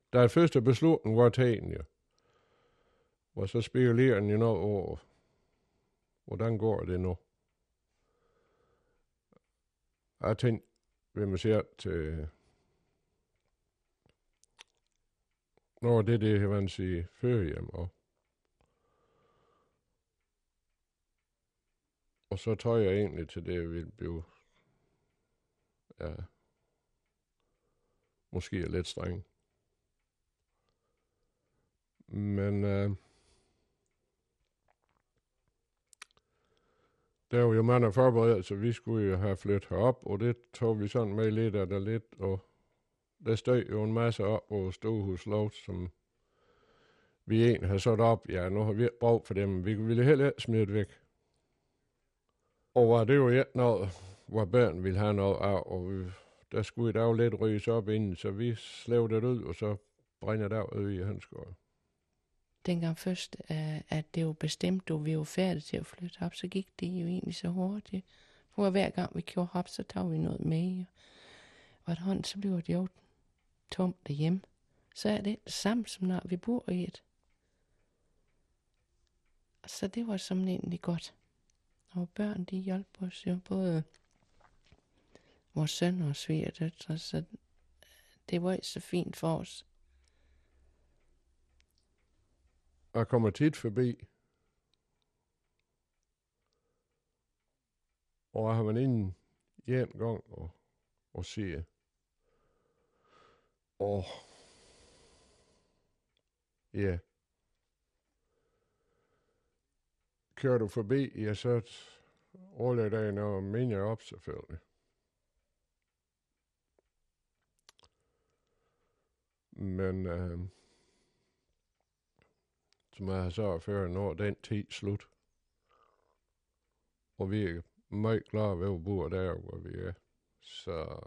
Da første beslutning var taget, jo. Og så spekulerer den jo noget over, hvordan går det nu? Jeg tænkte, hvis man ser til, når det man siger, førhjem og. Og så tror jeg egentlig til det vil blive, ja, måske lidt streng. Men der var jo mange forberedelser, vi skulle jo have flyttet herop, og det tog vi sådan med lidt af det lidt, og der stod jo en masse op på Storhus Loft, som vi egentlig har sat op. Ja, nu har vi brug for dem, vi ville heller ikke smide det væk. Og det var ikke noget, hvor børn ville have noget af, og der skulle der jo lidt ryges op inden, så vi slævede det ud, og så brænder det ud i Hønsgård. Dengang først, at det var bestemt, og vi var færdige til at flytte op, så gik det jo egentlig så hurtigt. For hver gang vi gjorde op, så tog vi noget med. Og efterhånden, så blev det jo tomt derhjemme. Så er det samme, som når vi bor i et. Så det var som egentlig godt. Og børn, de hjalp os jo, både vores søn og svigerdøtre, så det var ikke så fint for os. Jeg kommer tit forbi, og jeg har været inde en gang og siger, ja, kører du forbi, ja, så ruller der noget mindre op, selvfølgelig. Men som jeg har så før, når den tid slut, og vi er meget glade ved at bo der, hvor vi er, så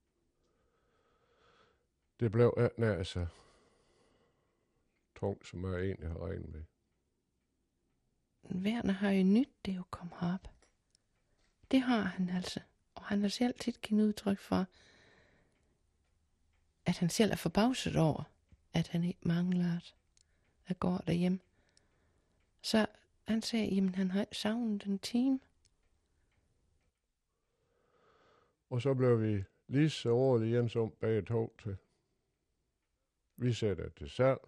det blev ikke nær så tungt, som jeg egentlig har regnet med. Werner har jo nyt det jo komme herop. Det har han altså. Og han har selv tit givet udtryk for, at han selv er forbavset over, at han ikke mangler at gå derhjemme. Så han sagde, jamen han har savnet en time. Og så blev vi lige så ordentligt ensom bag to til. Vi sætter til salg.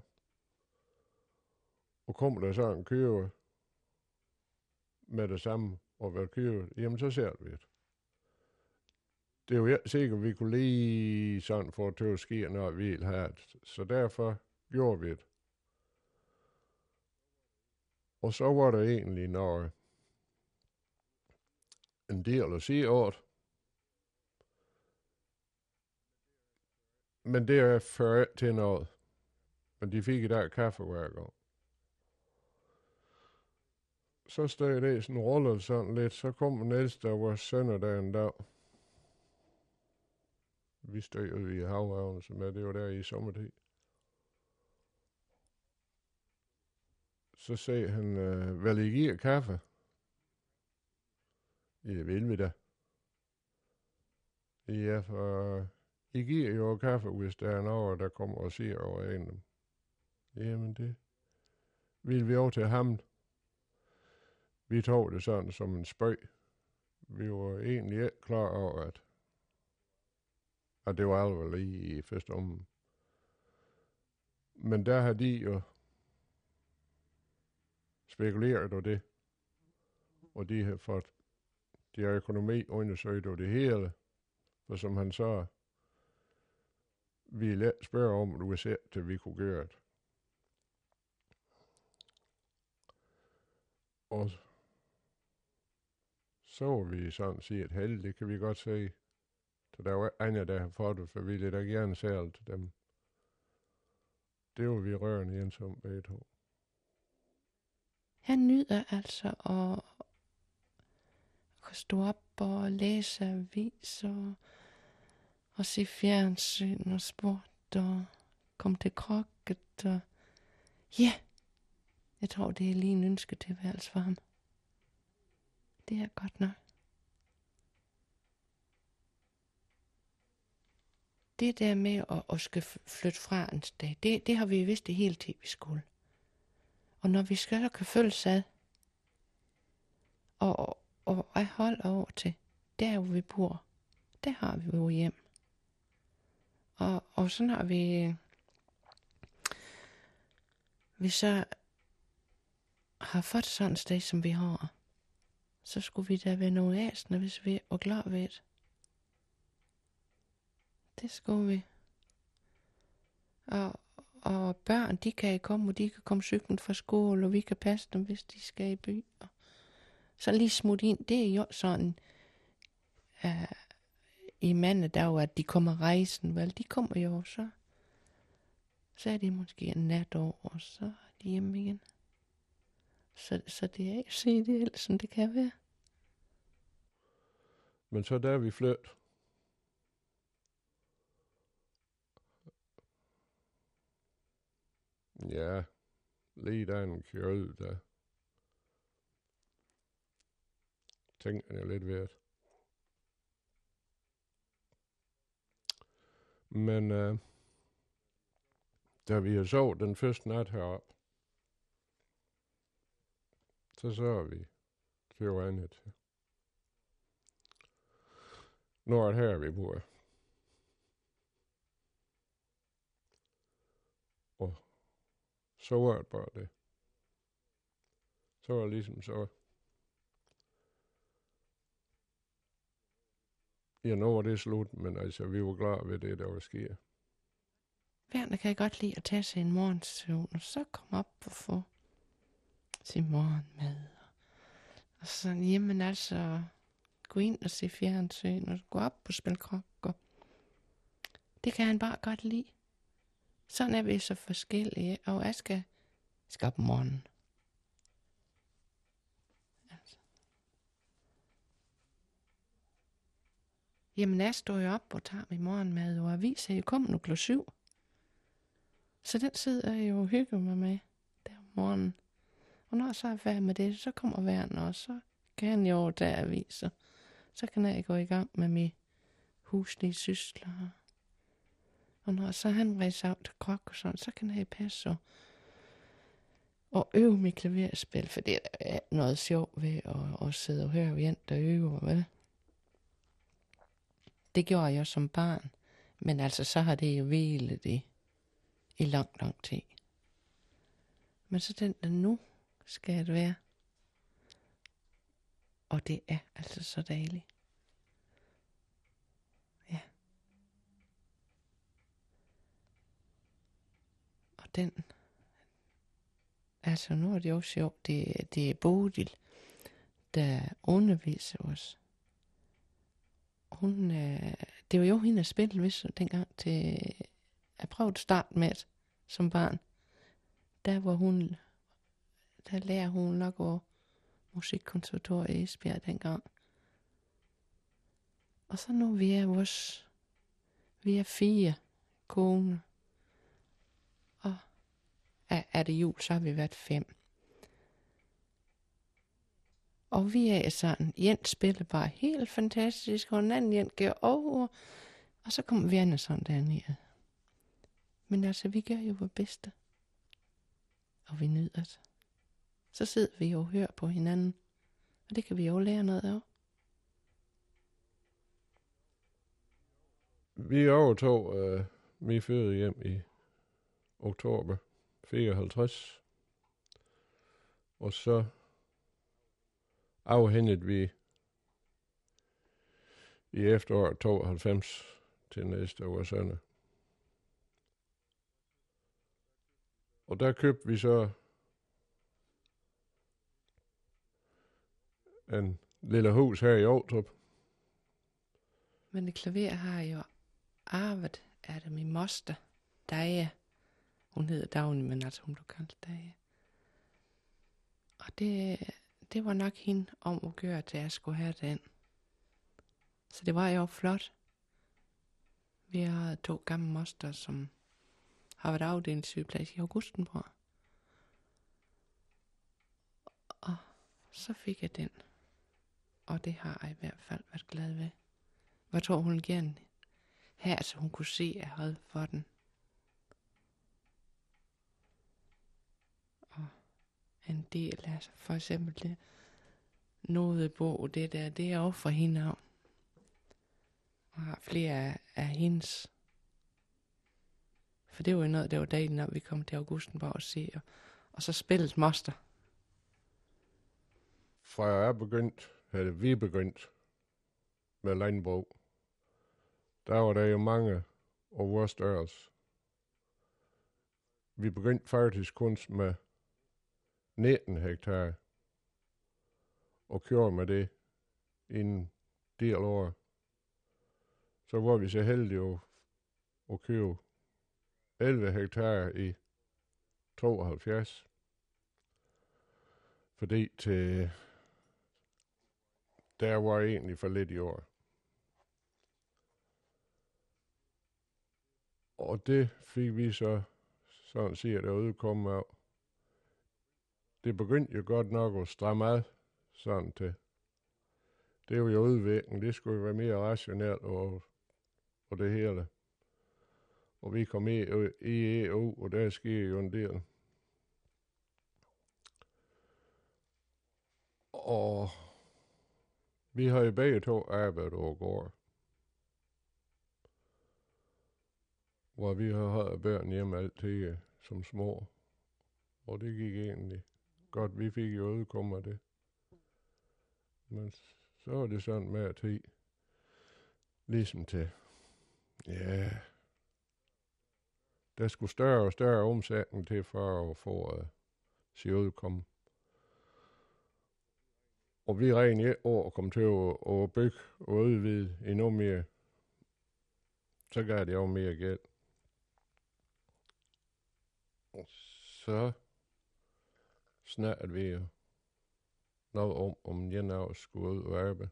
Og kom der så en køber med det samme og været køber, jamen så ser vi det. Det er jo ikke sikkert, at vi kunne lige sådan få til at ske, når vi vil have det. Så derfor gjorde vi det. Og så var der egentlig noget en del at sige over det. Men det er før til noget. Men de fik i dag kaffe hver gang. Så stod det sådan rullet sådan lidt. Så kom Niels, der var sønner der en dag. Vi stod ude i havhavnen, som det var der i sommertid. Så sagde han, vel I giver kaffe? Ja, vil vi da. Ja, for I giver jo kaffe, hvis der er noget, der kommer og siger over en af dem. Jamen det vil vi over til ham. Vi tog det sådan som en spøg. Vi var egentlig ikke klar over, at det var alvorligt i første omgang. Men der har de jo spekuleret over det. Og de har fået de økonomi undersøgt over det hele. For som han så ville let spørge om, du ser til vi kunne gøre det. Og så var vi sådan set heldige, det kan vi godt se. Så der var andre, der har fået det, for vi ville da gerne sælge til dem. Det var vi rørende ensom begge to. Han nyder altså at stå op og læse aviser og se fjernsyn og sport og komme til krokket og ja, jeg tror det er lige en ønske tilværelse for ham. Det er godt nok. det der med at skal flytte fra en sted, det har vi vidst det hele tiden, vi skulle. Og når vi skal, så kan følges ad, og jeg holder over til, der hvor vi bor, der har vi jo hjem. Og så når vi så har fået sådan et sted, som vi har, så skulle vi da være nogle æsner, hvis vi var glade ved det. Det skulle vi. Og børn, de kan komme, og de kan komme cyklen fra skole, og vi kan passe dem, hvis de skal i by. Så lige smut ind, det er jo sådan, i mandedag, at de kommer rejsen, vel, de kommer jo så er det måske en nat over, og så er de hjemme igen. Så det er ikke så ideelt, som det kan være. Men så der vi flyttede, ja, lige da han kører ud, der tænker jeg lidt ved det. Men da vi har sovet den første nat heroppe, så vi køber andet. Når det her vi bor. Og så var det bare det. Så var det ligesom så. Ja, nu var det slut, men altså, vi var glade ved det, der var sker. Werner kan godt lide at tage sig en morgensøvn, og så komme op og få sin morgenmad. Og så jamen altså, gå ind og se fjernsyn, og gå op og spille krok. Det kan han bare godt lide. Sådan er vi så forskellige, og jeg skal op om morgenen. Altså. Jamen, jeg står jo op og tager min morgenmad, og aviser jo kommer nu 7:00. Så den sidder jeg jo og hygger mig med der om morgenen. Og når så er jeg færdig med det, så kommer Werner, og så kan han jo tage aviser. Så kan jeg gå i gang med mine huslige sysler. Og når så han rejser af til krok og sådan, så kan jeg passe og øve mit klaverspil, for det er noget sjovt ved at sidde og høre jenter øve, vel? Det gjorde jeg som barn, men altså så har det jo hvilet i lang tid. Men så den der nu skal det være. Og det er altså så dejligt. Ja. Og den, altså nu er det jo sjovt, det er Bodil, der underviser os. Hun, det var jo hende, der spillede hvis dengang til, jeg prøvede at starte med det, som barn. Der lærer hun nok over musikkonservatoriet i Esbjerg dengang. Og så nu vi er 4 koner. Og er det jul, så har vi været 5. Og vi er sådan, Jens spiller bare helt fantastisk, og en anden Jens gør over, og så kommer vi andre sådan dernede. Men altså, vi gør jo vores bedste. Og vi nyder det. Så sidder vi jo og hører på hinanden. Og det kan vi jo lære noget af. Vi overtog mit fødehjem i oktober 54. Og så afhændede vi i efteråret 92 til næste år søndag. Og der købte vi så en lille hus her i Aarhus. Men det klaver har jo arvet af det min moster, Daja. Hun hedder Dagny, men altså hun blev kaldt Daja. Og det var nok hende om at gøre, at jeg skulle have den. Så det var jo flot. Vi har 2 gamle moster, som har været afdelingssygeplejerske i Augustenborg. Og så fik jeg den. Og det har jeg i hvert fald været glad ved. Hvad tror hun gerne her, så hun kunne se, at jeg havde for den. Og en del, altså for eksempel det nodebog, det der, det er også for hende af. Og har flere af hendes. For det var jo noget, det var dagen, når vi kom til Augustenborg og se. Og så spillet moster. Fra jeg er begyndt, eller vi begyndt med landbrug, der var der jo mange af vores størrelse. Vi begyndte faktisk kun med 19 hektar og kørte med det i en del år. Så var vi så heldige at købe 11 hektar i 72. Fordi der var egentlig for lidt i år. Og det fik vi så sådan set at udkomme af. Det begyndte jo godt nok at stramme af sådan til. Det var jo udvikling, det skulle jo være mere rationelt og det hele. Og vi kom i EU, og der sker jo en del. Og vi har jo begge to arbejdet over gård. Hvor vi har haft børn hjemme altid som små. Og det gik egentlig godt. Vi fik jo udkomme af det. Men så var det sådan med at tid. Ligesom til, ja, der skulle større og større omsætning til for at få sig udkomme. Og vi regnede et år kom til at bygge og udvide endnu mere. Så gav det jo mere gæld. Og så snakkede vi jo noget om en af os skulle ud og arbejde.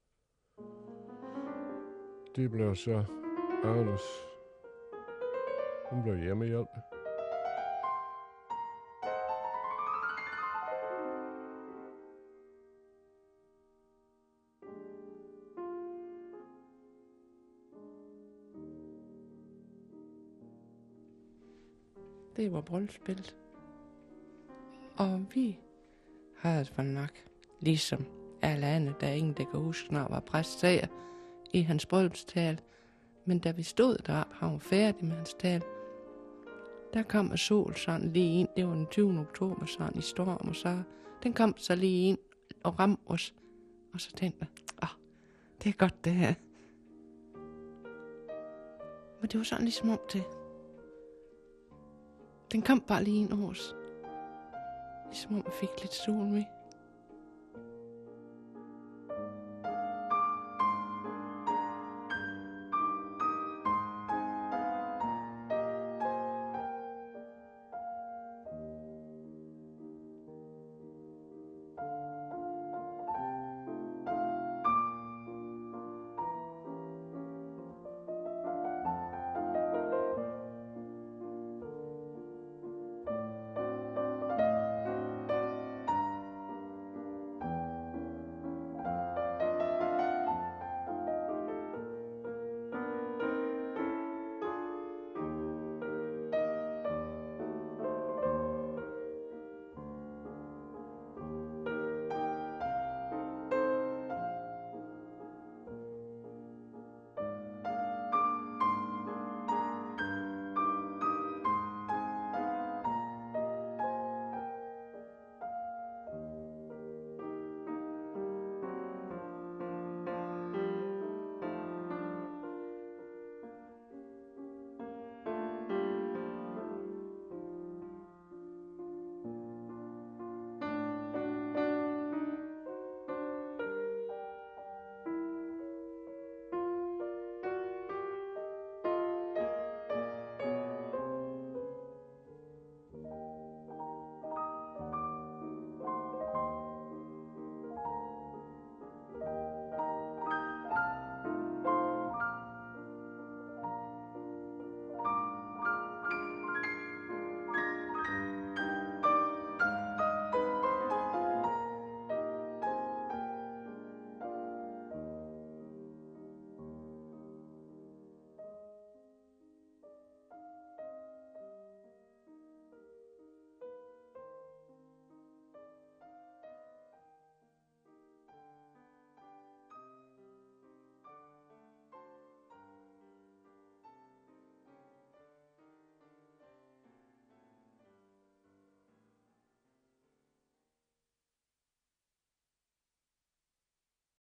Det blev så Agnes. Hun blev hjemmehjælp. Det var bryllupsspillet. Og vi havde det nok, ligesom alle andre, der er ingen, der kan huske, når var præst sagde i hans bryllupstal. Men da vi stod deroppe, han var færdig med hans tal, der kom sol sådan lige ind. Det var den 20. oktober sådan i storm, og så den kom så lige ind og ramte os. Og så tænkte jeg, det er godt det her. Men det var sådan ligesom om det. Den kom bare lige ind over os. Ligesom om vi fik lidt sol med.